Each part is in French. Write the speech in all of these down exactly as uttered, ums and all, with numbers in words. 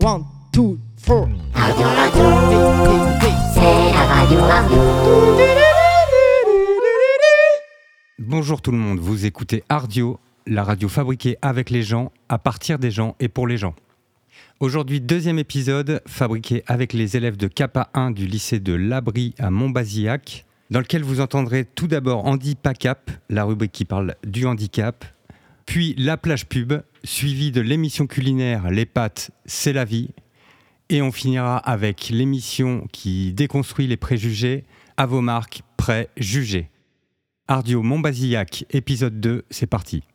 One, two, four. Radio, radio, c'est la radio, radio. Bonjour tout le monde, vous écoutez Ardio, la radio fabriquée avec les gens, à partir des gens et pour les gens. Aujourd'hui, deuxième épisode, fabriqué avec les élèves de K A un du lycée de Labri à Montbazillac, dans lequel vous entendrez tout d'abord Handi Pacap, la rubrique qui parle du handicap, puis la plage pub, suivie de l'émission culinaire Les pâtes, c'est la vie, et on finira avec l'émission qui déconstruit les préjugés, à vos marques, prêts, jugés. Ardio Montbazillac, épisode deux, c'est parti.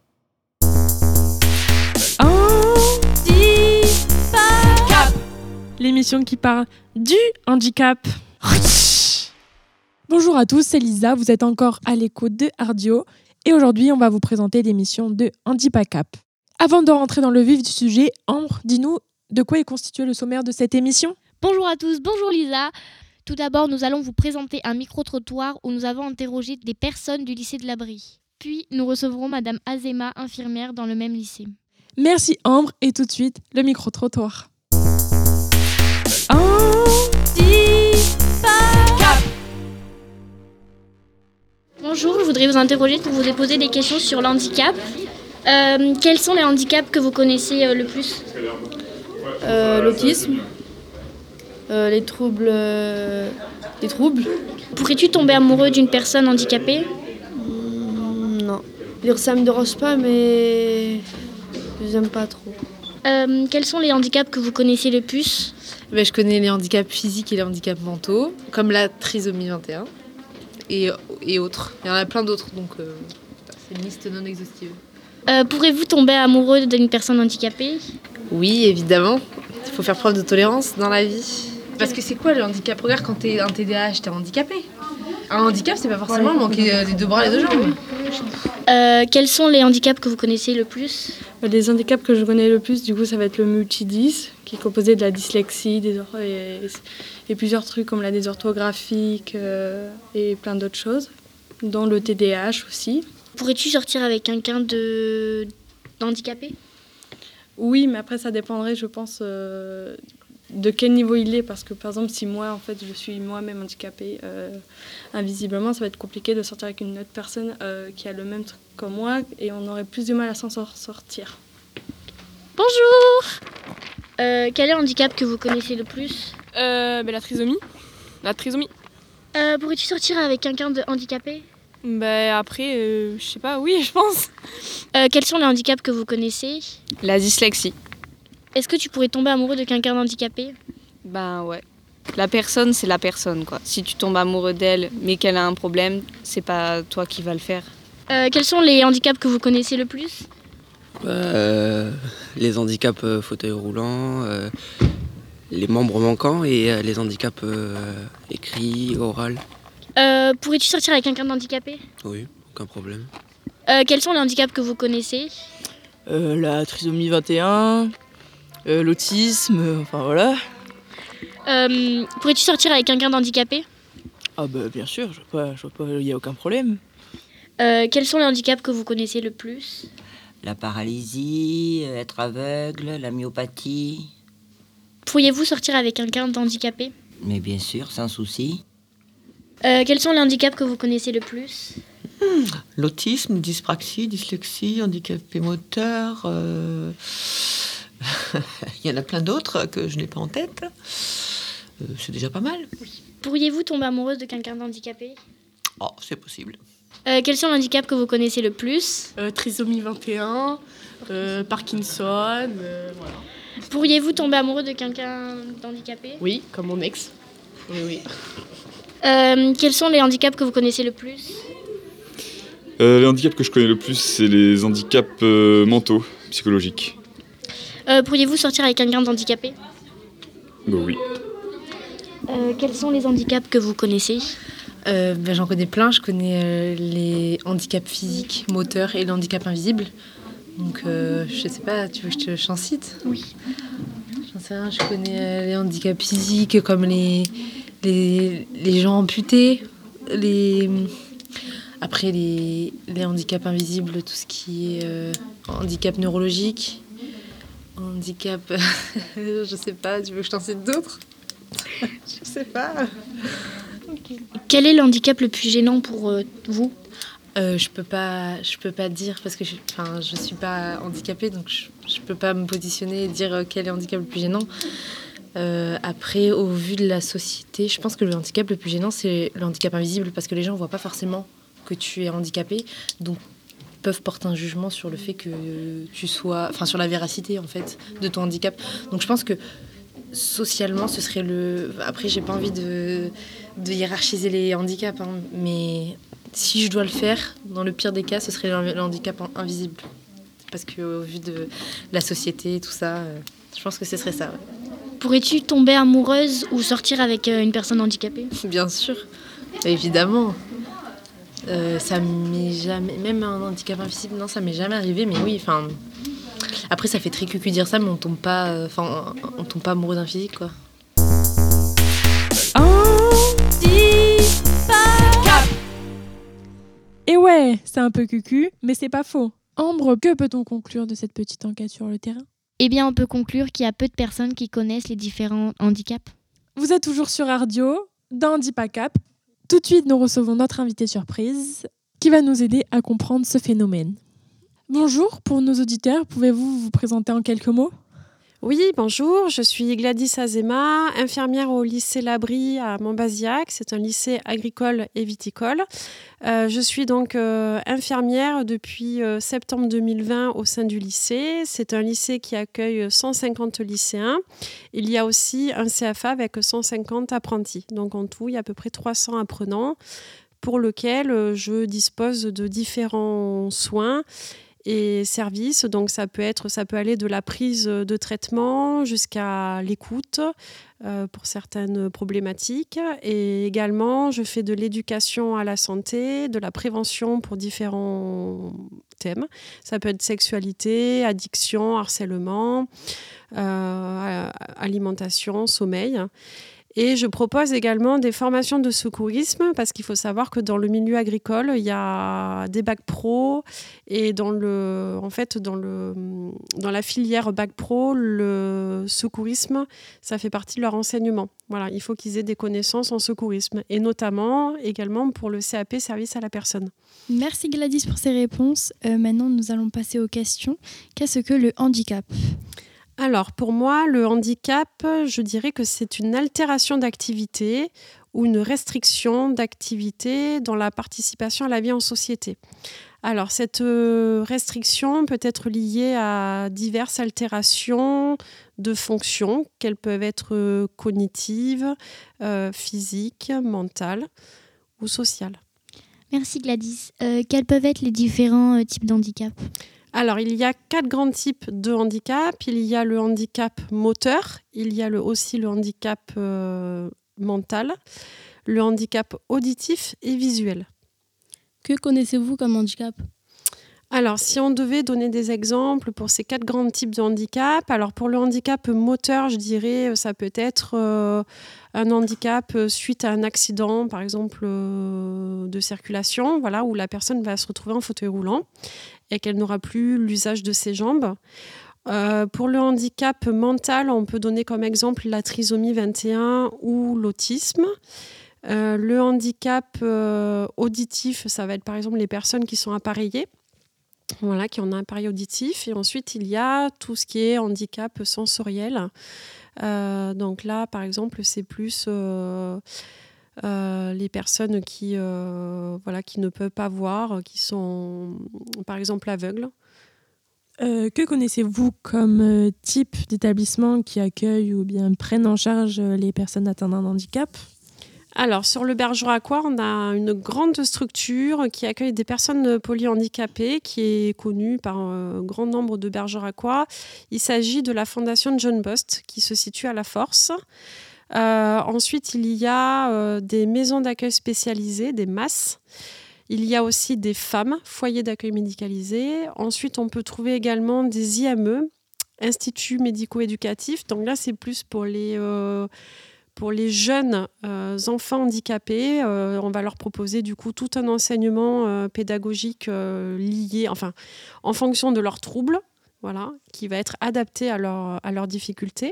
Handicap, l'émission qui parle du handicap. Bonjour à tous, c'est Lisa, vous êtes encore à l'écoute de Ardio et aujourd'hui on va vous présenter l'émission de Handipacap. Avant de rentrer dans le vif du sujet, Ambre, dis-nous de quoi est constitué le sommaire de cette émission ? Bonjour à tous, bonjour Lisa. Tout d'abord, nous allons vous présenter un micro-trottoir où nous avons interrogé des personnes du lycée de Labri. Puis, nous recevrons Madame Azema, infirmière dans le même lycée. Merci Ambre, et tout de suite, le micro-trottoir. Handipacap. Bonjour, je voudrais vous interroger pour vous poser des questions sur l'handicap. Euh, quels sont les handicaps que vous connaissez euh, le plus ? Euh, l'autisme, euh, les troubles, euh, les troubles. Pourrais-tu tomber amoureux d'une personne handicapée ? Mmh, non. Dire ça me dérange pas, mais j'aime pas trop. euh, Quels sont les handicaps que vous connaissez le plus ? Mais je connais les handicaps physiques et les handicaps mentaux, comme la trisomie vingt et un et, et autres. Il y en a plein d'autres, donc euh, c'est une liste non exhaustive. euh, Pourrez-vous tomber amoureux d'une personne handicapée ? Oui, évidemment. Il faut faire preuve de tolérance dans la vie. Parce que c'est quoi le handicap ? Regarde, quand t'es un T D A H, t'es handicapé. Un handicap, c'est pas forcément manquer euh, les deux bras et les deux jambes. euh, Quels sont les handicaps que vous connaissez le plus ? Les handicaps que je connais le plus, du coup, ça va être le multidys, qui est composé de la dyslexie des or- et, et plusieurs trucs comme la dysorthographique euh, et plein d'autres choses, dont le T D A H aussi. Pourrais-tu sortir avec quelqu'un de d'handicapé ? Oui, mais après, ça dépendrait, je pense, euh, de quel niveau il est. Parce que, par exemple, si moi, en fait, je suis moi-même handicapée euh, invisiblement, ça va être compliqué de sortir avec une autre personne euh, qui a le même truc que moi et on aurait plus de mal à s'en sortir. Bonjour. euh, Quel est le handicap que vous connaissez le plus ? Euh, bah, la trisomie. La trisomie. euh, Pourrais-tu sortir avec quelqu'un de handicapé ? Bah, après, euh, je sais pas, oui, je pense. euh, Quels sont les handicaps que vous connaissez ? La dyslexie. Est-ce que tu pourrais tomber amoureux de quelqu'un d'handicapé ? Ben ouais. La personne, c'est la personne, quoi. Si tu tombes amoureux d'elle, mais qu'elle a un problème, c'est pas toi qui vas le faire. euh, Quels sont les handicaps que vous connaissez le plus ? Euh, les handicaps euh, fauteuil roulant, euh, les membres manquants et euh, les handicaps euh, écrits, oral. euh, Pourrais-tu sortir avec quelqu'un d'handicapé ? Oui, aucun problème. euh, Quels sont les handicaps que vous connaissez ? Euh, la trisomie vingt et un, euh, l'autisme, euh, enfin voilà. euh, Pourrais-tu sortir avec quelqu'un d'handicapé ? Ah bah bien sûr, je vois pas, je vois pas, il y a aucun problème. euh, Quels sont les handicaps que vous connaissez le plus ? La paralysie, être aveugle, la myopathie. Pourriez-vous sortir avec quelqu'un d'handicapé ? Mais bien sûr, sans souci. euh, Quels sont les handicaps que vous connaissez le plus ? Hmm, l'autisme, dyspraxie, dyslexie, handicapé moteur. Euh... Il y en a plein d'autres que je n'ai pas en tête. Euh, c'est déjà pas mal. Pourriez-vous tomber amoureuse de quelqu'un d'handicapé ? Oh, c'est possible. euh, Quels sont les handicaps que vous connaissez le plus ? Euh, trisomie vingt et un, euh, Parkinson, euh, voilà. Pourriez-vous tomber amoureux de quelqu'un d'handicapé ? Oui, comme mon ex. Oui, oui. euh, Quels sont les handicaps que vous connaissez le plus ? Euh, les handicaps que je connais le plus, c'est les handicaps euh, mentaux, psychologiques. euh, Pourriez-vous sortir avec quelqu'un d'handicapé ? Bah oui. euh, Quels sont les handicaps que vous connaissez ? Euh, ben, j'en connais plein. Je connais euh, les handicaps physiques, moteurs et le handicap invisible. Donc, euh, je sais pas, tu veux que je te j'en cite ? Oui. J'en sais rien, je connais euh, les handicaps physiques comme les, les, les gens amputés, les... Après, les, les handicaps invisibles, tout ce qui est euh, handicap neurologique, Handicap, je sais pas, tu veux que je t'en cite d'autres? Je sais pas. Okay. Quel est le handicap le plus gênant pour euh, vous? euh, Je peux pas, je peux pas dire parce que je, enfin, je suis pas handicapée, donc je, je peux pas me positionner et dire quel est le handicap le plus gênant. Euh, après, au vu de la société, je pense que le handicap le plus gênant, c'est le handicap invisible parce que les gens voient pas forcément que tu es handicapé, donc peuvent porter un jugement sur le fait que tu sois, enfin sur la véracité en fait de ton handicap. Donc je pense que socialement, ce serait le. Après, j'ai pas envie de, de hiérarchiser les handicaps, hein, mais si je dois le faire, dans le pire des cas, ce serait le handicap invisible, parce que au vu de la société et tout ça, euh, je pense que ce serait ça. Ouais. Pourrais-tu tomber amoureuse ou sortir avec une personne handicapée? Bien sûr, évidemment. Euh, ça m'est jamais, même un handicap invisible, non, ça m'est jamais arrivé, mais oui, enfin. Après, ça fait très cucu dire ça, mais on tombe pas, enfin, euh, on tombe pas amoureux d'un physique, quoi. Et ouais, c'est un peu cucu, mais c'est pas faux. Ambre, que peut-on conclure de cette petite enquête sur le terrain? Eh bien, on peut conclure qu'il y a peu de personnes qui connaissent les différents handicaps. Vous êtes toujours sur Ardio, dans Handipacap. Tout de suite, nous recevons notre invité surprise qui va nous aider à comprendre ce phénomène. Bonjour, pour nos auditeurs, pouvez-vous vous présenter en quelques mots ? Oui, bonjour, je suis Gladys Azema, infirmière au lycée Labrie à Montbazillac. C'est un lycée agricole et viticole. Euh, je suis donc euh, infirmière depuis euh, septembre deux mille vingt au sein du lycée. C'est un lycée qui accueille cent cinquante lycéens. Il y a aussi un C F A avec cent cinquante apprentis. Donc en tout, il y a à peu près trois cents apprenants pour lesquels je dispose de différents soins et services. Donc ça peut être, ça peut aller de la prise de traitement jusqu'à l'écoute euh, pour certaines problématiques. Et également, je fais de l'éducation à la santé, de la prévention pour différents thèmes. Ça peut être sexualité, addiction, harcèlement, euh, alimentation, sommeil. Et je propose également des formations de secourisme parce qu'il faut savoir que dans le milieu agricole, il y a des bacs pro et dans, le, en fait, dans, le, dans la filière bac pro, le secourisme, ça fait partie de leur enseignement. Voilà, il faut qu'ils aient des connaissances en secourisme et notamment également pour le C A P service à la personne. Merci Gladys pour ces réponses. Euh, maintenant, nous allons passer aux questions. Qu'est-ce que le handicap ? Alors, pour moi, le handicap, je dirais que c'est une altération d'activité ou une restriction d'activité dans la participation à la vie en société. Alors, cette restriction peut être liée à diverses altérations de fonctions, qu'elles peuvent être cognitives, euh, physiques, mentales ou sociales. Merci Gladys. Euh, quels peuvent être les différents euh, types d'handicap ? Alors, il y a quatre grands types de handicap. Il y a le handicap moteur, il y a le, aussi le handicap euh, mental, le handicap auditif et visuel. Que connaissez-vous comme handicap ? Alors, si on devait donner des exemples pour ces quatre grands types de handicap, alors pour le handicap moteur, je dirais ça peut être euh, un handicap suite à un accident, par exemple euh, de circulation, voilà, où la personne va se retrouver en fauteuil roulant et qu'elle n'aura plus l'usage de ses jambes. Euh, pour le handicap mental, on peut donner comme exemple la trisomie vingt et un ou l'autisme. Euh, le handicap euh, auditif, ça va être par exemple les personnes qui sont appareillées. Voilà, qui ont un appareil auditif. Et ensuite, il y a tout ce qui est handicap sensoriel. Euh, donc là, par exemple, c'est plus euh, euh, les personnes qui, euh, voilà, qui ne peuvent pas voir, qui sont, par exemple, aveugles. Euh, que connaissez-vous comme euh, type d'établissement qui accueille ou bien prennent en charge les personnes atteintes d'un handicap ? Alors, sur le Bergeracois, on a une grande structure qui accueille des personnes polyhandicapées, qui est connue par un grand nombre de Bergeracois. Il s'agit de la Fondation John Bost, qui se situe à La Force. Euh, ensuite, il y a euh, des maisons d'accueil spécialisées, des M A S. Il y a aussi des femmes, foyers d'accueil médicalisés. Ensuite, on peut trouver également des I M E, instituts médico-éducatifs. Donc là, c'est plus pour les... Euh, Pour les jeunes euh, enfants handicapés, euh, on va leur proposer du coup tout un enseignement euh, pédagogique euh, lié, enfin, en fonction de leurs troubles. voilà, qui va être adapté à leur, à leurs difficultés.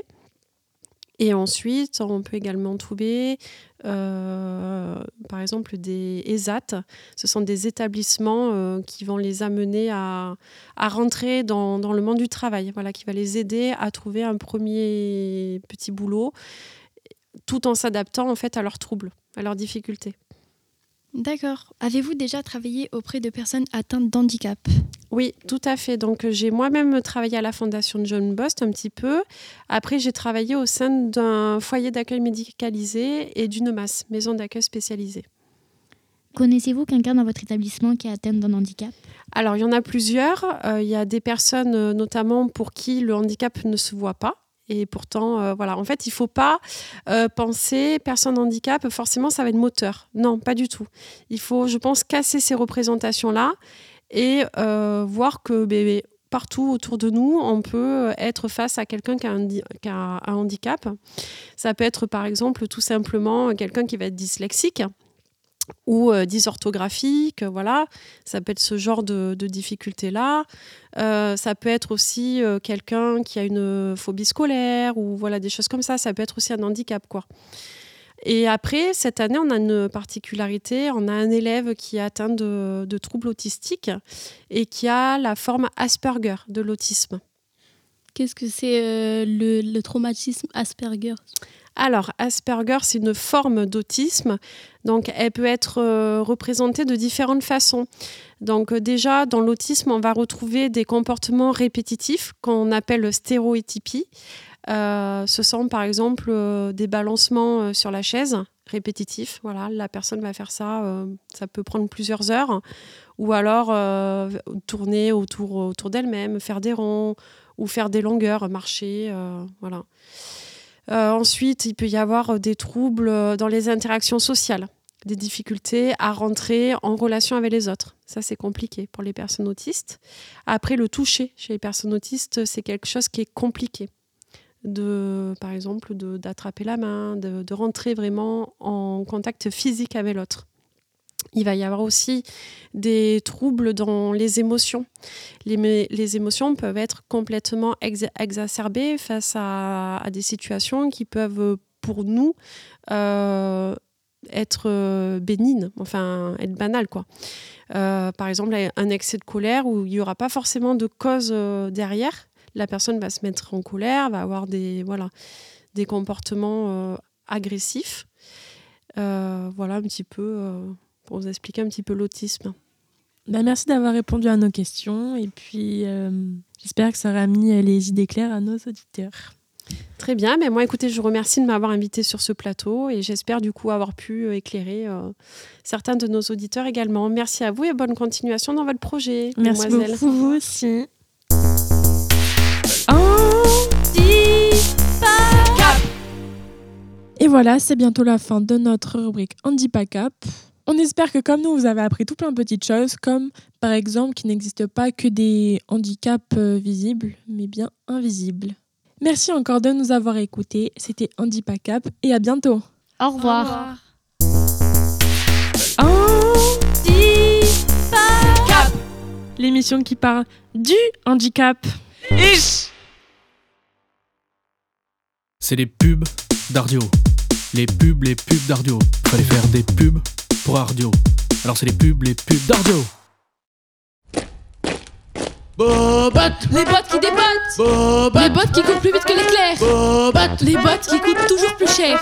Et ensuite, on peut également trouver, euh, par exemple, des E S A T. Ce sont des établissements euh, qui vont les amener à, à rentrer dans, dans le monde du travail, voilà, qui va les aider à trouver un premier petit boulot, tout en s'adaptant en fait à leurs troubles, à leurs difficultés. D'accord. Avez-vous déjà travaillé auprès de personnes atteintes d'handicap ? Oui, tout à fait. Donc, j'ai moi-même travaillé à la Fondation John Bost un petit peu. Après, j'ai travaillé au sein d'un foyer d'accueil médicalisé et d'une M A S, maison d'accueil spécialisée. Connaissez-vous quelqu'un dans votre établissement qui est atteint d'un handicap ? Alors, il y en a plusieurs. Euh, il y a des personnes, euh, notamment pour qui le handicap ne se voit pas. Et pourtant, euh, voilà. En fait, il ne faut pas euh, penser personne handicap, forcément, ça va être moteur. Non, pas du tout. Il faut, je pense, casser ces représentations-là et euh, voir que bébé, partout autour de nous, on peut être face à quelqu'un qui a, un, qui a un handicap. Ça peut être, par exemple, tout simplement quelqu'un qui va être dyslexique ou euh, dysorthographique, voilà. Ça peut être ce genre de, de difficultés-là. Euh, ça peut être aussi euh, quelqu'un qui a une phobie scolaire ou voilà, des choses comme ça. Ça peut être aussi un handicap, quoi. Et après, cette année, on a une particularité. On a un élève qui est atteint de, de troubles autistiques et qui a la forme Asperger de l'autisme. Qu'est-ce que c'est euh, le, le traumatisme Asperger ? Alors, Asperger, c'est une forme d'autisme. Donc, elle peut être euh, représentée de différentes façons. Donc, euh, déjà, dans l'autisme, on va retrouver des comportements répétitifs qu'on appelle stéréotypies. Euh, ce sont, par exemple, euh, des balancements euh, sur la chaise répétitifs. Voilà, la personne va faire ça. Euh, ça peut prendre plusieurs heures. Ou alors, euh, tourner autour, autour d'elle-même, faire des ronds ou faire des longueurs, marcher. Euh, voilà. Euh, ensuite, il peut y avoir des troubles dans les interactions sociales, des difficultés à rentrer en relation avec les autres. Ça, c'est compliqué pour les personnes autistes. Après, le toucher chez les personnes autistes, c'est quelque chose qui est compliqué. De, par exemple, de, d'attraper la main, de, de rentrer vraiment en contact physique avec l'autre. Il va y avoir aussi des troubles dans les émotions. Les, les émotions peuvent être complètement ex- exacerbées face à, à des situations qui peuvent, pour nous, euh, être bénignes, enfin être banales, quoi. Euh, par exemple, un excès de colère où il n'y aura pas forcément de cause euh, derrière. La personne va se mettre en colère, va avoir des, voilà, des comportements euh, agressifs. Euh, voilà un petit peu... Euh, pour vous expliquer un petit peu l'autisme. Ben, merci d'avoir répondu à nos questions et puis euh, j'espère que ça aura mis les idées claires à nos auditeurs. Très bien, mais moi écoutez, je vous remercie de m'avoir invité sur ce plateau et j'espère du coup avoir pu éclairer euh, certains de nos auditeurs également. Merci à vous et bonne continuation dans votre projet. Merci mademoiselle. beaucoup, vous aussi. Et voilà, c'est bientôt la fin de notre rubrique Handipacap. On espère que comme nous, vous avez appris tout plein de petites choses, comme par exemple qu'il n'existe pas que des handicaps euh, visibles, mais bien invisibles. Merci encore de nous avoir écoutés. C'était Handipacap et à bientôt. Au revoir. Handipacap, l'émission qui parle du handicap. Ish. C'est les pubs d'Ardio. Les pubs, les pubs d'Ardio. Fallait faire des pubs pour Ardio. Alors c'est les pubs, les pubs d'Ardio. Bobot, les bottes qui débotent. Bobot, les bottes qui courent plus vite que l'éclair. Bobot, les bottes qui coûtent toujours plus cher.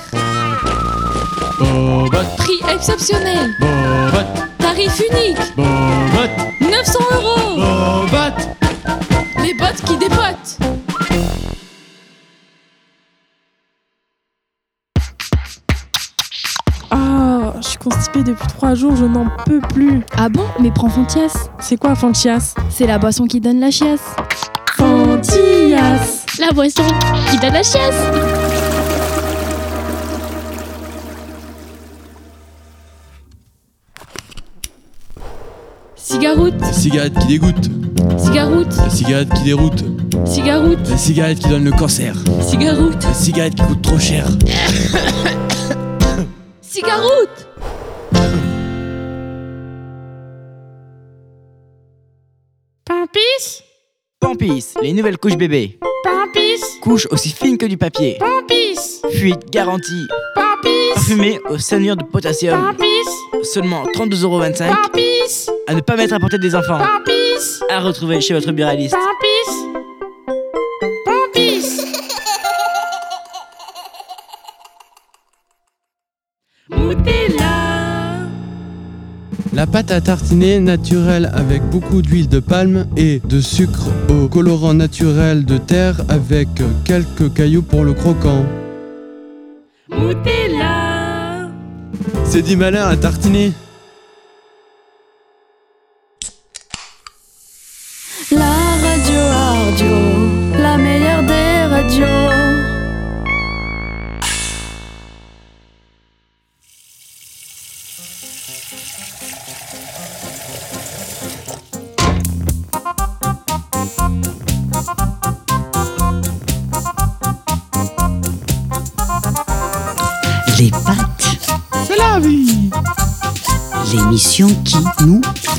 Bobot, prix exceptionnel. Bobot, tarif unique. Bobot, neuf cents euros. Bobot, les bottes qui débotent. Oh, je suis constipée depuis trois jours, je n'en peux plus. Ah bon? Mais prends Fontias. C'est quoi Fontias? C'est la boisson qui donne la chiasse. Fontias, la boisson qui donne la chiasse. Cigaroute. La cigarette qui dégoûte. Cigaroute. La cigarette qui déroute. Cigaroute. La cigarette qui donne le cancer. Cigaroute. La cigarette qui coûte trop cher. Cigaroute. Pampis, Pampis, les nouvelles couches bébés. Pampis. Couches aussi fines que du papier. Pampis. Fuite garantie. Pampis. Parfumé au cyanure de potassium. Pampis. Seulement trente-deux euros vingt-cinq. Pampis. À ne pas mettre à portée des enfants. Pampis. À retrouver chez votre buraliste. Pampis. Pampis. Moutella. La pâte à tartiner naturelle avec beaucoup d'huile de palme et de sucre au colorant naturel de terre avec quelques cailloux pour le croquant. Moutella. C'est du malin à tartiner. La radio Ardio, la meilleure des radios. Les pâtes, c'est la vie. L'émission qui nous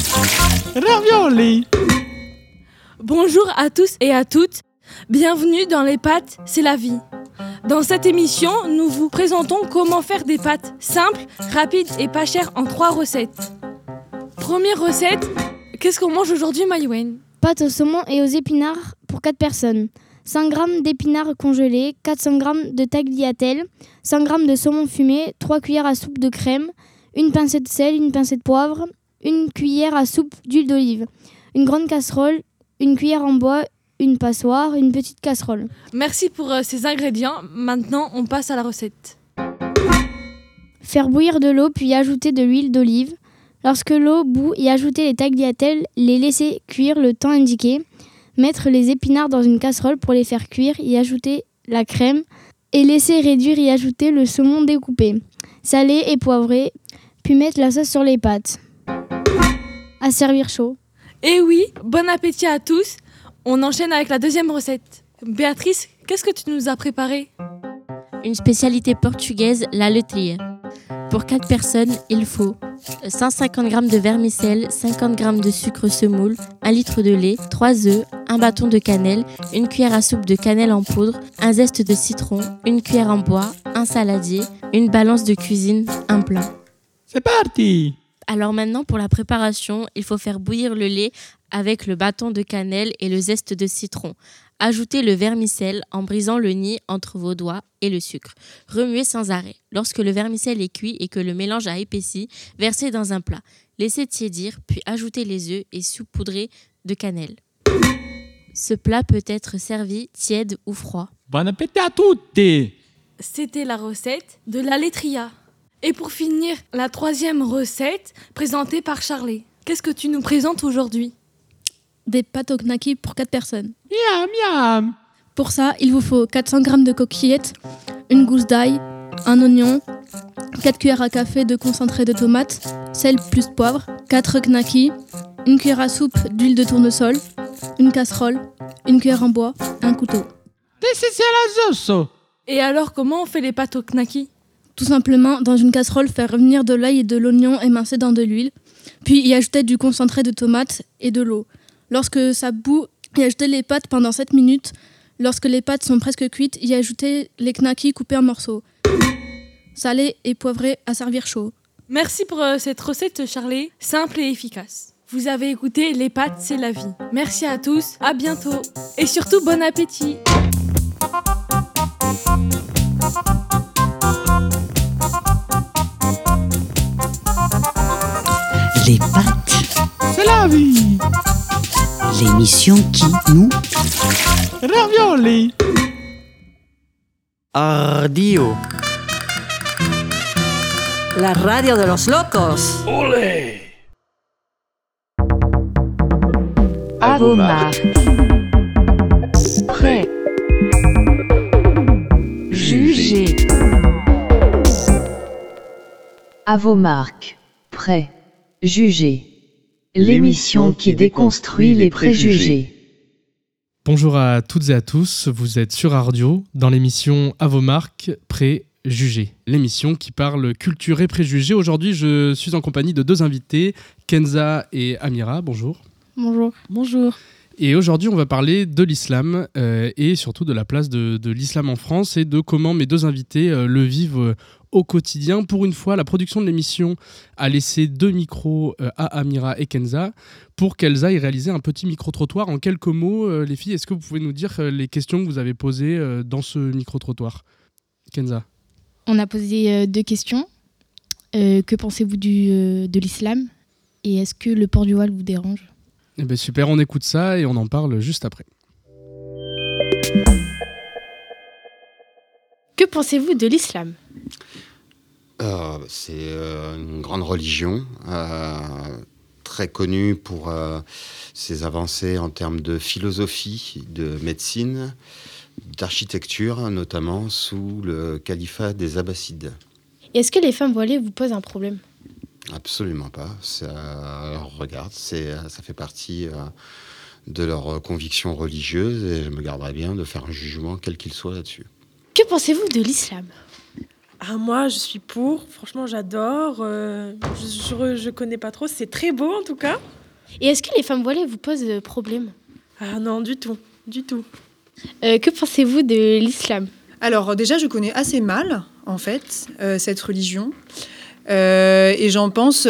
ravioli. Bonjour à tous et à toutes, bienvenue dans Les pâtes, c'est la vie. Dans cette émission, nous vous présentons comment faire des pâtes simples, rapides et pas chères en trois recettes. Première recette, qu'est-ce qu'on mange aujourd'hui, Maïwen? Pâtes au saumon et aux épinards pour quatre personnes. cinq grammes d'épinards congelés, quatre cents grammes de tagliatelle, cent grammes de saumon fumé, trois cuillères à soupe de crème, une pincée de sel, une pincée de poivre, une cuillère à soupe d'huile d'olive, une grande casserole, une cuillère en bois, une passoire, une petite casserole. Merci pour euh, ces ingrédients. Maintenant, on passe à la recette. Faire bouillir de l'eau puis ajouter de l'huile d'olive. Lorsque l'eau bout, y ajouter les tagliatelles, les laisser cuire le temps indiqué. Mettre les épinards dans une casserole pour les faire cuire, y ajouter la crème et laisser réduire, y ajouter le saumon découpé, salé et poivré, puis mettre la sauce sur les pâtes. À servir chaud. Et oui, bon appétit à tous. On enchaîne avec la deuxième recette. Béatrice, qu'est-ce que tu nous as préparé? Une spécialité portugaise, la letria. Pour quatre personnes, il faut cent cinquante grammes de vermicelle, cinquante grammes de sucre semoule, un litre de lait, trois œufs, un bâton de cannelle, une cuillère à soupe de cannelle en poudre, un zeste de citron, une cuillère en bois, un saladier, une balance de cuisine, un plat. C'est parti! Alors maintenant, pour la préparation, il faut faire bouillir le lait avec le bâton de cannelle et le zeste de citron. Ajoutez le vermicelle en brisant le nid entre vos doigts et le sucre. Remuez sans arrêt. Lorsque le vermicelle est cuit et que le mélange a épaissi, versez dans un plat. Laissez tiédir, puis ajoutez les œufs et saupoudrez de cannelle. Ce plat peut être servi tiède ou froid. Bon appétit à toutes! C'était la recette de la letria. Et pour finir, la troisième recette présentée par Charlie. Qu'est-ce que tu nous présentes aujourd'hui? Des pâtes au knaki pour quatre personnes. Miam, miam. Pour ça, il vous faut quatre cents grammes de coquillettes, une gousse d'ail, un oignon, quatre cuillères à café de concentré de tomate, sel plus poivre, quatre knaki, une cuillère à soupe d'huile de tournesol, une casserole, une cuillère en bois, un couteau. Et alors, comment on fait les pâtes au knaki? Tout simplement, dans une casserole, faire revenir de l'ail et de l'oignon émincés dans de l'huile, puis y ajouter du concentré de tomate et de l'eau. Lorsque ça bout, y ajouter les pâtes pendant sept minutes. Lorsque les pâtes sont presque cuites, y ajouter les knaki coupés en morceaux. Salés et poivrés à servir chaud. Merci pour euh, cette recette, Charlie, simple et efficace. Vous avez écouté Les pâtes, c'est la vie. Merci à tous, à bientôt. Et surtout, bon appétit. Les pâtes, c'est la vie. L'émission qui nous ravioli. Ardio. La radio de los locos. Olé. À vos marques. Prêt. Jugez. À vos marques. Prêt. Jugez. L'émission qui déconstruit les préjugés. Bonjour à toutes et à tous, vous êtes sur Ardio, dans l'émission À vos marques, préjugés. L'émission qui parle culture et préjugés. Aujourd'hui, je suis en compagnie de deux invités, Kenza et Amira. Bonjour. Bonjour. Bonjour. Et aujourd'hui, on va parler de l'islam euh, et surtout de la place de, de l'islam en France et de comment mes deux invités euh, le vivent euh, au quotidien. Pour une fois, la production de l'émission a laissé deux micros euh, à Amira et Kenza pour qu'elles aillent réaliser un petit micro-trottoir. En quelques mots, euh, les filles, est-ce que vous pouvez nous dire euh, les questions que vous avez posées euh, dans ce micro-trottoir ? Kenza. On a posé euh, deux questions. Euh, que pensez-vous du, euh, de l'islam ? Et est-ce que le port du voile vous dérange ? Eh bien super, on écoute ça et on en parle juste après. Que pensez-vous de l'islam ? euh, C'est euh, une grande religion, euh, très connue pour euh, ses avancées en termes de philosophie, de médecine, d'architecture, notamment sous le califat des Abbassides. Est-ce que les femmes voilées vous posent un problème ? Absolument pas. Ça, regarde, c'est, ça fait partie euh, de leurs convictions religieuses et je me garderai bien de faire un jugement quel qu'il soit là-dessus. Que pensez-vous de l'islam ? Ah, moi, je suis pour. Franchement, j'adore. Euh, je, je, je connais pas trop. C'est très beau, en tout cas. Et est-ce que les femmes voilées vous posent euh, problème ? Ah non, du tout. Du tout. Euh, que pensez-vous de l'islam ? Alors, déjà, je connais assez mal, en fait, euh, cette religion. Euh, et j'en pense,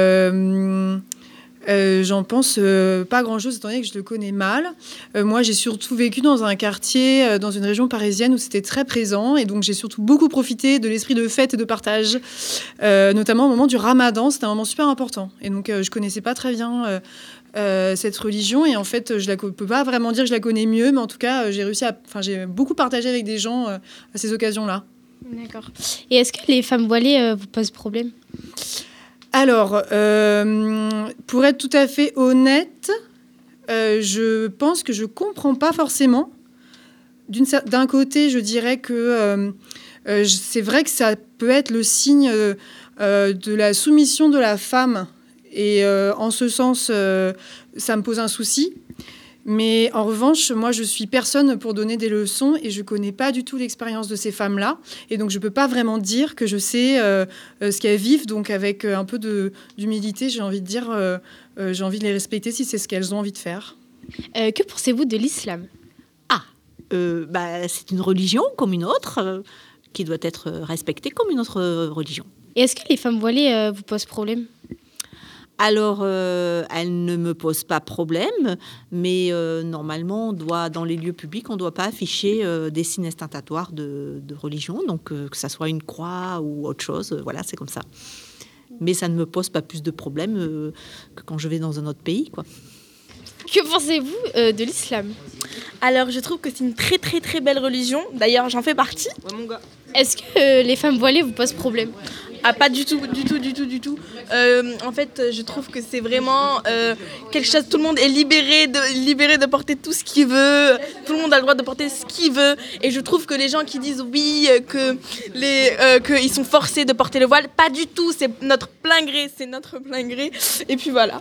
euh, euh, j'en pense euh, pas grand-chose, étant donné que je le connais mal. Euh, moi, j'ai surtout vécu dans un quartier, euh, dans une région parisienne où c'était très présent. Et donc, j'ai surtout beaucoup profité de l'esprit de fête et de partage, euh, notamment au moment du ramadan. C'était un moment super important. Et donc, euh, je connaissais pas très bien euh, euh, cette religion. Et en fait, je ne peux pas vraiment dire que je la connais mieux. Mais en tout cas, euh, j'ai réussi à... Enfin, j'ai beaucoup partagé avec des gens euh, à ces occasions-là. D'accord. Et est-ce que les femmes voilées euh, vous posent problème ? Alors, euh, pour être tout à fait honnête, euh, je pense que je ne comprends pas forcément. D'une, d'un côté, je dirais que euh, euh, c'est vrai que ça peut être le signe euh, euh, de la soumission de la femme. Et euh, en ce sens, euh, ça me pose un souci. Mais en revanche, moi, je suis personne pour donner des leçons et je ne connais pas du tout l'expérience de ces femmes-là. Et donc, je ne peux pas vraiment dire que je sais euh, euh, ce qu'elles vivent. Donc, avec euh, un peu de, d'humilité, j'ai envie de dire, euh, euh, j'ai envie de les respecter si c'est ce qu'elles ont envie de faire. Euh, que pensez-vous de l'islam ? Ah, euh, bah, c'est une religion comme une autre, euh, qui doit être respectée comme une autre euh, religion. Et est-ce que les femmes voilées euh, vous posent problème ? Alors, euh, elle ne me pose pas problème, mais euh, normalement, on doit, dans les lieux publics, on ne doit pas afficher euh, des signes ostentatoires de, de religion, donc euh, que ça soit une croix ou autre chose, euh, voilà, c'est comme ça. Mais ça ne me pose pas plus de problème euh, que quand je vais dans un autre pays, quoi. Que pensez-vous euh, de l'islam ? Alors, je trouve que c'est une très très très belle religion. D'ailleurs, j'en fais partie. Ouais, mon gars. Est-ce que euh, les femmes voilées vous posent problème ? Ah, pas du tout, du tout, du tout, du tout. Euh, en fait, je trouve que c'est vraiment euh, quelque chose. Tout le monde est libéré de, libéré de porter tout ce qu'il veut. Tout le monde a le droit de porter ce qu'il veut. Et je trouve que les gens qui disent oui, que les, euh, qu'ils sont forcés de porter le voile, pas du tout. C'est notre plein gré, c'est notre plein gré. Et puis voilà.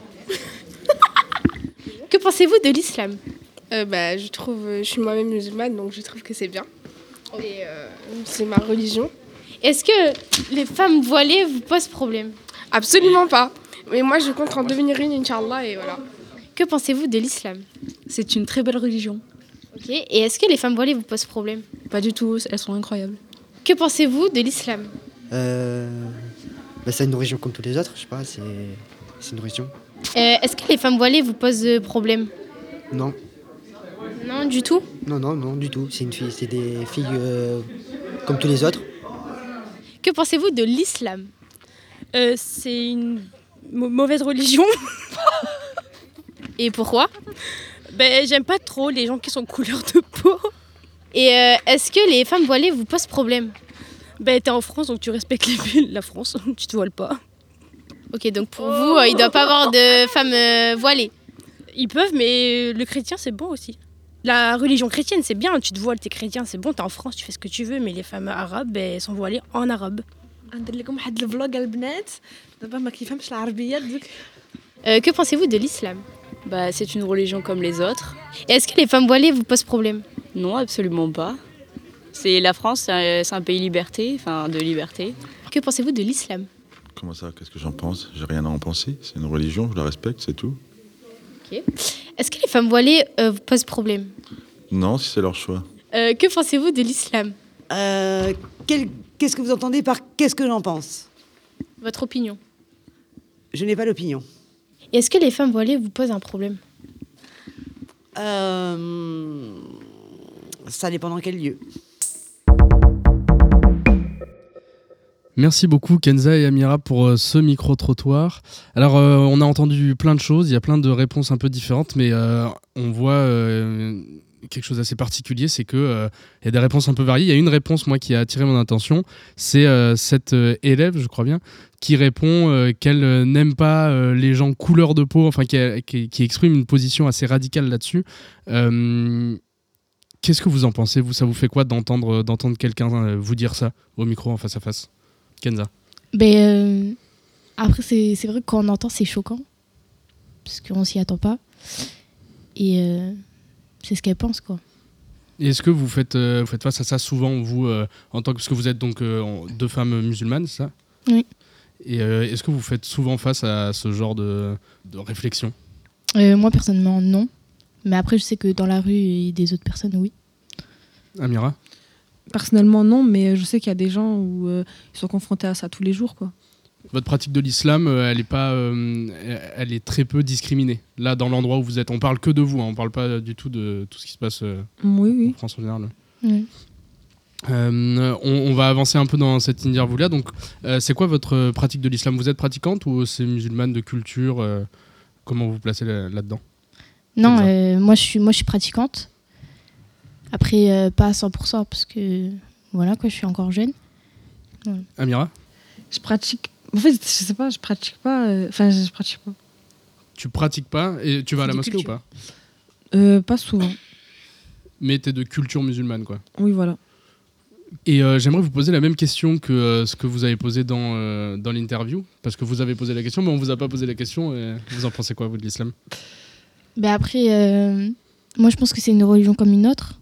Que pensez-vous de l'islam ? euh, bah, je trouve, je suis moi-même musulmane, donc je trouve que c'est bien. Et euh, c'est ma religion. Est-ce que les femmes voilées vous posent problème ? Absolument pas. Mais moi, je compte en devenir une, Inch'Allah, et voilà. Que pensez-vous de l'islam ? C'est une très belle religion. Ok. Et est-ce que les femmes voilées vous posent problème ? Pas du tout, elles sont incroyables. Que pensez-vous de l'islam ? euh, bah, C'est une religion comme toutes les autres, je sais pas, c'est, c'est une religion. Euh, est-ce que les femmes voilées vous posent problème ? Non. Non, du tout ? Non, non, non, du tout. C'est, une fille, c'est des filles euh, comme tous les autres. Que pensez-vous de l'islam ? euh, C'est une m- mauvaise religion. Et pourquoi ? Ben, j'aime pas trop les gens qui sont couleur de peau. Et euh, est-ce que les femmes voilées vous posent problème ? Ben, t'es en France, donc tu respectes les, la France, tu te voiles pas. Ok, donc pour vous, euh, il ne doit pas y avoir de femmes euh, voilées. Ils peuvent, mais le chrétien, c'est bon aussi. La religion chrétienne, c'est bien, tu te voiles, t'es chrétien, c'est bon, t'es en France, tu fais ce que tu veux, mais les femmes arabes, ben, elles sont voilées en arabe. Euh, que pensez-vous de l'islam ? Bah, c'est une religion comme les autres. Et est-ce que les femmes voilées vous posent problème ? Non, absolument pas. C'est la France, c'est un, c'est un pays liberté, enfin de liberté. Que pensez-vous de l'islam ? Comment ça ? Qu'est-ce que j'en pense ? J'ai rien à en penser. C'est une religion, je la respecte, c'est tout. Ok. Est-ce que les femmes voilées euh, vous posent problème? Non, si c'est leur choix. Euh, que pensez-vous de l'islam? Euh, quel- Qu'est-ce que vous entendez par qu'est-ce que j'en pense? Votre opinion? Je n'ai pas d'opinion. Et est-ce que les femmes voilées vous posent un problème? Euh, Ça dépend dans quel lieu. Merci beaucoup Kenza et Amira pour euh, ce micro-trottoir. Alors euh, on a entendu plein de choses, il y a plein de réponses un peu différentes, mais euh, on voit euh, quelque chose d'assez particulier, c'est qu'il euh, y a des réponses un peu variées. Il y a une réponse moi qui a attiré mon attention, c'est euh, cette euh, élève, je crois bien, qui répond euh, qu'elle euh, n'aime pas euh, les gens couleur de peau, enfin qui, a- qui- qui exprime une position assez radicale là-dessus. Euh, Qu'est-ce que vous en pensez, vous? Ça vous fait quoi d'entendre, d'entendre quelqu'un euh, vous dire ça au micro en face à face? Kenza. Ben, euh, après, c'est, c'est vrai que quand on entend, c'est choquant. Parce qu'on s'y attend pas. Et euh, c'est ce qu'elle pense, quoi. Et est-ce que vous faites, euh, vous faites face à ça souvent, vous, euh, en tant que, parce que vous êtes donc euh, en- deux femmes musulmanes, c'est ça? Oui. Et euh, est-ce que vous faites souvent face à ce genre de, de réflexion? Euh, moi, personnellement, non. Mais après, je sais que dans la rue et des autres personnes, oui. Amira? Personnellement, non, mais je sais qu'il y a des gens où euh, ils sont confrontés à ça tous les jours, quoi. Votre pratique de l'islam, euh, elle est pas, euh, elle- elle est très peu discriminée. Là, dans l'endroit où vous êtes, on parle que de vous, hein, on parle pas du tout de tout ce qui se passe euh, Oui, oui. en France en général. Oui. Euh, on, on va avancer un peu dans cette interview-là. Donc, euh, c'est quoi votre pratique de l'islam? Vous êtes pratiquante ou c'est musulmane de culture? euh, Comment vous vous placez là- là-dedans? Non, euh, moi, je suis, moi, je suis pratiquante. Après, euh, pas à cent pour cent, parce que voilà, quoi, je suis encore jeune. Voilà. Amira? Je pratique. En fait, je sais pas, je pratique pas. euh, Enfin, je, je pratique pas. Tu pratiques pas et tu vas à la De mosquée culture. ou pas? Euh, pas souvent. Mais t'es de culture musulmane, quoi. Oui, voilà. Et euh, j'aimerais vous poser la même question que euh, ce que vous avez posé dans, euh, dans l'interview, parce que vous avez posé la question, mais on vous a pas posé la question. Et vous en pensez quoi, vous, de l'islam? Ben après, euh, moi, je pense que c'est une religion comme une autre.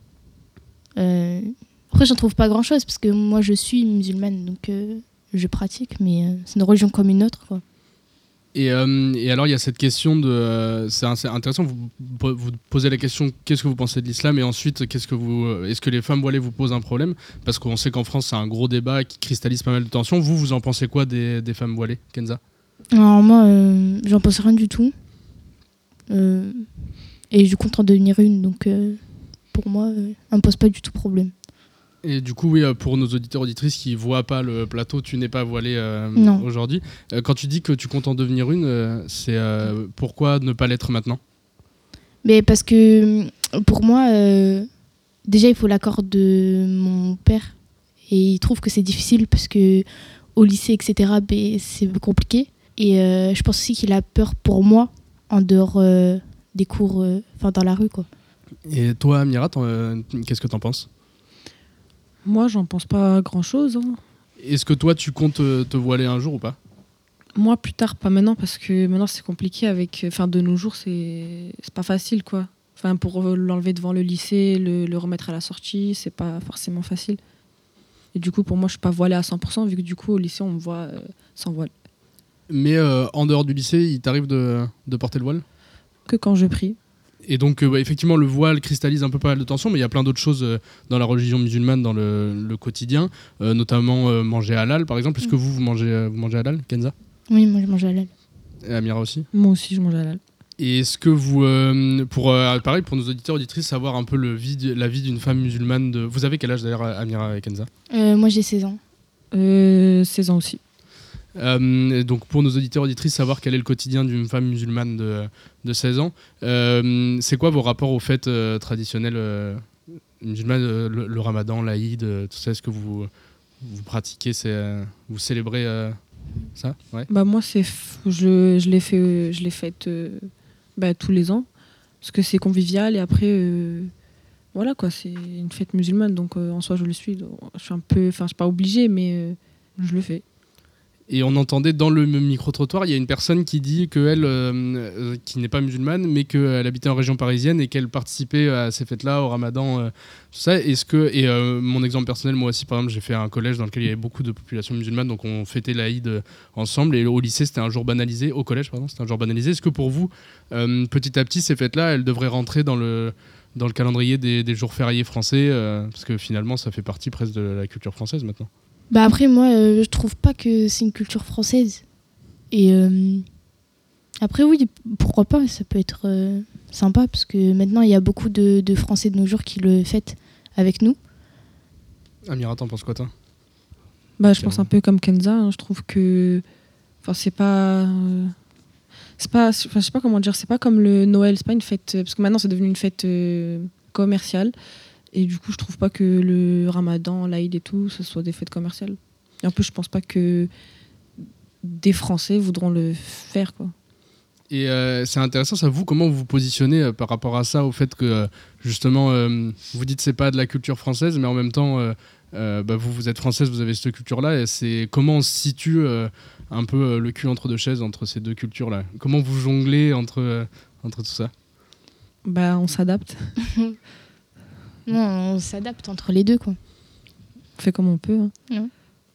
Euh, après, j'en trouve pas grand-chose, parce que moi, je suis musulmane, donc euh, je pratique, mais euh, c'est une religion comme une autre, quoi. Et, euh, et alors, il y a cette question de. euh, c'est assez intéressant, vous vous posez la question qu'est-ce que vous pensez de l'islam, et ensuite, qu'est-ce que vous, euh, est-ce que les femmes voilées vous posent un problème? Parce qu'on sait qu'en France, c'est un gros débat qui cristallise pas mal de tensions. Vous, vous en pensez quoi des, des femmes voilées, Kenza? Alors, moi, euh, j'en pense rien du tout. Euh, et je compte en devenir une, donc euh, pour moi, euh, ça me pose pas du tout problème. Et du coup, oui, euh, pour nos auditeurs auditrices qui voient pas le plateau, tu n'es pas voilée euh, Non. aujourd'hui. Euh, quand tu dis que tu comptes en devenir une, euh, c'est euh, pourquoi ne pas l'être maintenant? Mais parce que pour moi, euh, déjà, il faut l'accord de mon père. Et il trouve que c'est difficile parce que au lycée, et cetera, ben, c'est compliqué. Et euh, je pense aussi qu'il a peur pour moi en dehors euh, des cours, enfin dans la rue, quoi. Et toi, Amira, t'en- euh, qu'est-ce que t'en penses? Moi, j'en pense pas grand-chose. hein. Est-ce que toi, tu comptes te, te voiler un jour ou pas? Moi, plus tard, pas maintenant, parce que maintenant, c'est compliqué. Avec, enfin, de nos jours, c'est c'est pas facile, quoi. Enfin, pour euh, l'enlever devant le lycée, le, le remettre à la sortie, c'est pas forcément facile. Et du coup, pour moi, je suis pas voilée à cent pour cent, vu que du coup, au lycée, on me voit euh, sans voile. Mais euh, en dehors du lycée, il t'arrive de, de porter le voile? Que quand je prie. Et donc, euh, bah, effectivement, le voile cristallise un peu pas mal de tensions, mais il y a plein d'autres choses euh, dans la religion musulmane, dans le, le quotidien, euh, notamment euh, manger halal, par exemple. Est-ce que vous, vous mangez, euh, vous mangez halal, Kenza? Oui, moi je mange halal. Et Amira aussi? Moi aussi, je mange halal. Et est-ce que vous, euh, pour euh, pareil, pour nos auditeurs auditrices, savoir un peu le vie, de- la vie d'une femme musulmane, de... vous avez quel âge d'ailleurs, Amira et Kenza? Euh, moi j'ai seize ans. Euh, seize ans aussi. Euh, et donc pour nos auditeurs auditrices, savoir quel est le quotidien d'une femme musulmane de, de seize ans. Euh, c'est quoi vos rapports aux fêtes euh, traditionnelles euh, musulmanes, euh, le, le ramadan, l'Aïd, euh, tout ça? Est-ce que vous, vous pratiquez, c'est, euh, vous célébrez euh, ça? Ouais. Bah moi, c'est f- je, je l'ai fait, euh, je l'ai faite euh, bah, tous les ans, parce que c'est convivial, et après, euh, voilà quoi, c'est une fête musulmane, donc euh, en soi, je le suis. Donc, je suis un peu, enfin, je suis pas obligée, mais euh, je le fais. Et on entendait dans le micro-trottoir, il y a une personne qui dit qu'elle, euh, qui n'est pas musulmane, mais qu'elle habitait en région parisienne et qu'elle participait à ces fêtes-là, au ramadan, euh, tout ça. Est-ce que, et euh, mon exemple personnel, moi aussi, par exemple, j'ai fait un collège dans lequel il y avait beaucoup de populations musulmanes, donc on fêtait l'Aïd euh, ensemble. Et au lycée, c'était un jour banalisé. Au collège, pardon, c'était un jour banalisé. Est-ce que pour vous, euh, petit à petit, ces fêtes-là, elles devraient rentrer dans le, dans le calendrier des, des jours fériés français euh, parce que finalement, ça fait partie presque de la culture française maintenant. Bah après, moi, euh, je trouve pas que c'est une culture française. Et euh, après, oui, pourquoi pas, ça peut être euh, sympa, parce que maintenant, il y a beaucoup de, de Français de nos jours qui le fêtent avec nous. Amira, t'en penses quoi, toi ? Bah, je pense un peu comme Kenza. Hein. Je trouve que... Enfin, c'est pas... Euh, c'est pas... Enfin, je sais pas comment dire. C'est pas comme le Noël. C'est pas une fête... Parce que maintenant, c'est devenu une fête euh, commerciale. Et du coup, je trouve pas que le Ramadan, l'Aïd et tout, ce soit des fêtes commerciales. Et en plus, je pense pas que des Français voudront le faire, quoi. Et euh, c'est intéressant, ça, vous, comment vous vous positionnez euh, par rapport à ça, au fait que, euh, justement, euh, vous dites que c'est pas de la culture française, mais en même temps, euh, euh, bah, vous, vous êtes française, vous avez cette culture-là, et c'est comment on se situe euh, un peu euh, le cul entre deux chaises, entre ces deux cultures-là ? Comment vous jonglez entre, euh, entre tout ça ? Bah, on s'adapte. Non, on s'adapte entre les deux, quoi. On fait comme on peut. Hein. Ouais.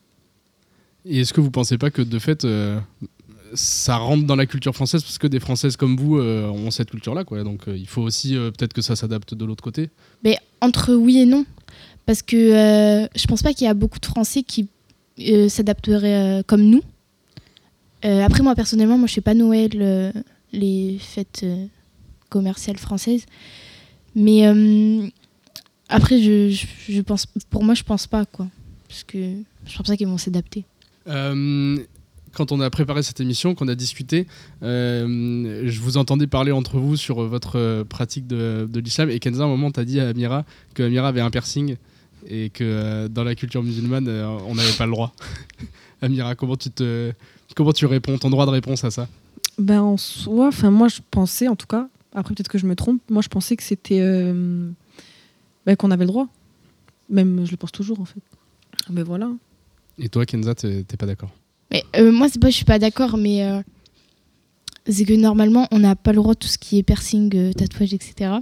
Et est-ce que vous pensez pas que, de fait, euh, ça rentre dans la culture française parce que des Françaises comme vous euh, ont cette culture-là, quoi. Donc euh, il faut aussi euh, peut-être que ça s'adapte de l'autre côté. Mais entre oui et non. Parce que euh, je pense pas qu'il y a beaucoup de Français qui euh, s'adapteraient euh, comme nous. Euh, après, moi, personnellement, moi, je fais pas Noël, euh, les fêtes euh, commerciales françaises. Mais... Euh, Après, je, je, je pense, pour moi, je pense pas, quoi. Parce que je pense pas qu'ils vont s'adapter. Euh, quand on a préparé cette émission, qu'on a discuté, euh, je vous entendais parler entre vous sur votre pratique de, de l'islam. Et Kenza, à un moment, t'as dit à Amira que Amira avait un piercing et que euh, dans la culture musulmane, euh, on n'avait pas le droit. Amira, comment tu, te, comment tu réponds, ton droit de réponse à ça ? Ben, en soi, moi, je pensais, en tout cas, après peut-être que je me trompe, moi, je pensais que c'était... Euh, Ben, qu'on avait le droit. Même, je le pense toujours, en fait. Mais voilà. Et toi, Kenza, t'es, t'es pas d'accord ? Mais euh, moi, c'est pas, je suis pas d'accord, mais euh, c'est que normalement, on n'a pas le droit de tout ce qui est piercing, euh, tatouage, et cetera.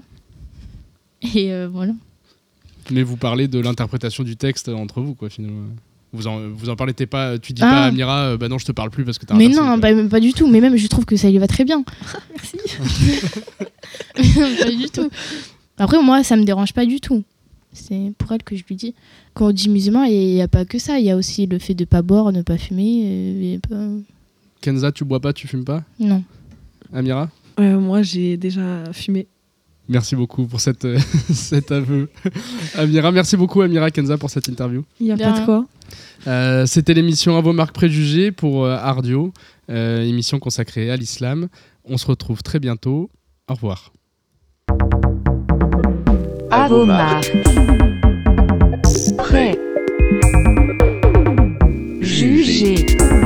Et euh, voilà. Mais vous parlez de l'interprétation du texte entre vous, quoi, finalement. Vous en, vous en parlez, t'es pas, tu dis ah. pas à Amira, euh, bah non, je te parle plus parce que t'as un mais piercing. Non, bah, pas du tout. Mais même, je trouve que ça lui va très bien. Merci. Pas du tout. Après, moi, ça me dérange pas du tout. C'est pour elle que je lui dis. Quand on dit musulman, il n'y a pas que ça. Il y a aussi le fait de ne pas boire, ne pas fumer. Et pas... Kenza, tu bois pas, tu fumes pas ? Non. Amira ? euh, Moi, j'ai déjà fumé. Merci beaucoup pour cette, euh, cet aveu. Amira, merci beaucoup Amira, Kenza, pour cette interview. Il n'y a Bien. pas de quoi. Euh, c'était l'émission À vos marques préjugés pour euh, Ardio, euh, émission consacrée à l'islam. On se retrouve très bientôt. Au revoir. À vos marques. Prêt. Jugez.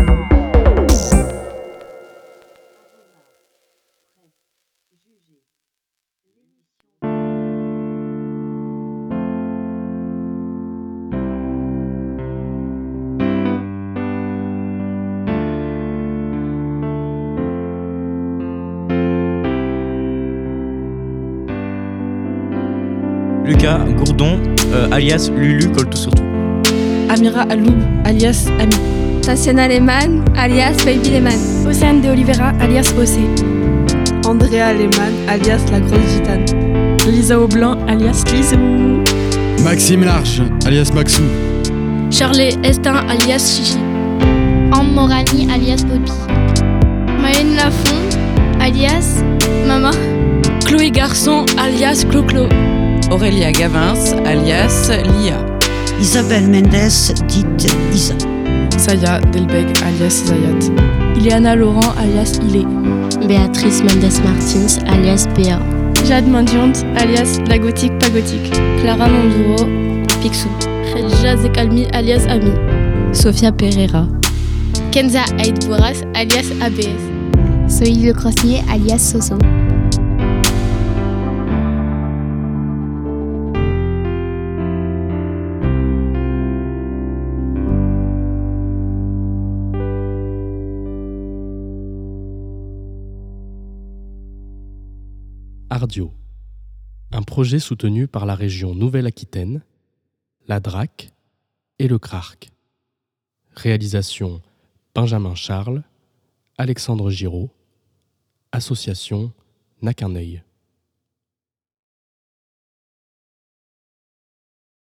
Lucas Gourdon, euh, alias Lulu, colle tout sur tout. Amira Aloub, alias Ami. Tatiana Lehmann, alias Baby Lehmann. Océane de Oliveira, alias Océ. Andrea Lehmann, alias La Grosse Gitane. Lisa Aublin, alias Lizou. Maxime Larche, alias Maxou. Charlie Estin, alias Chichi. Anne Morani, alias Bobby. Maëlle Lafont, alias Mama. Chloé Garçon, alias Clo-Clo. Aurélia Gavins, alias Lia. Isabelle Mendes, dite Isa. Saya Delbeg, alias Zayat. Ileana Laurent, alias Ilé. Béatrice Mendes Martins, alias Béa. Jade Mendiante, alias La Gothique Pas Gothique. Clara Monduro, Picsou. Khadija Zekalmi, alias Ami. Sophia Pereira. Kenza Aïd Bourras, alias A B S. Soïl Le Crosnier, alias Soso. Ardio, un projet soutenu par la région Nouvelle-Aquitaine, la D R A C et le C R A R C. Réalisation Benjamin Charles, Alexandre Giraud, Association Naquin-Œil.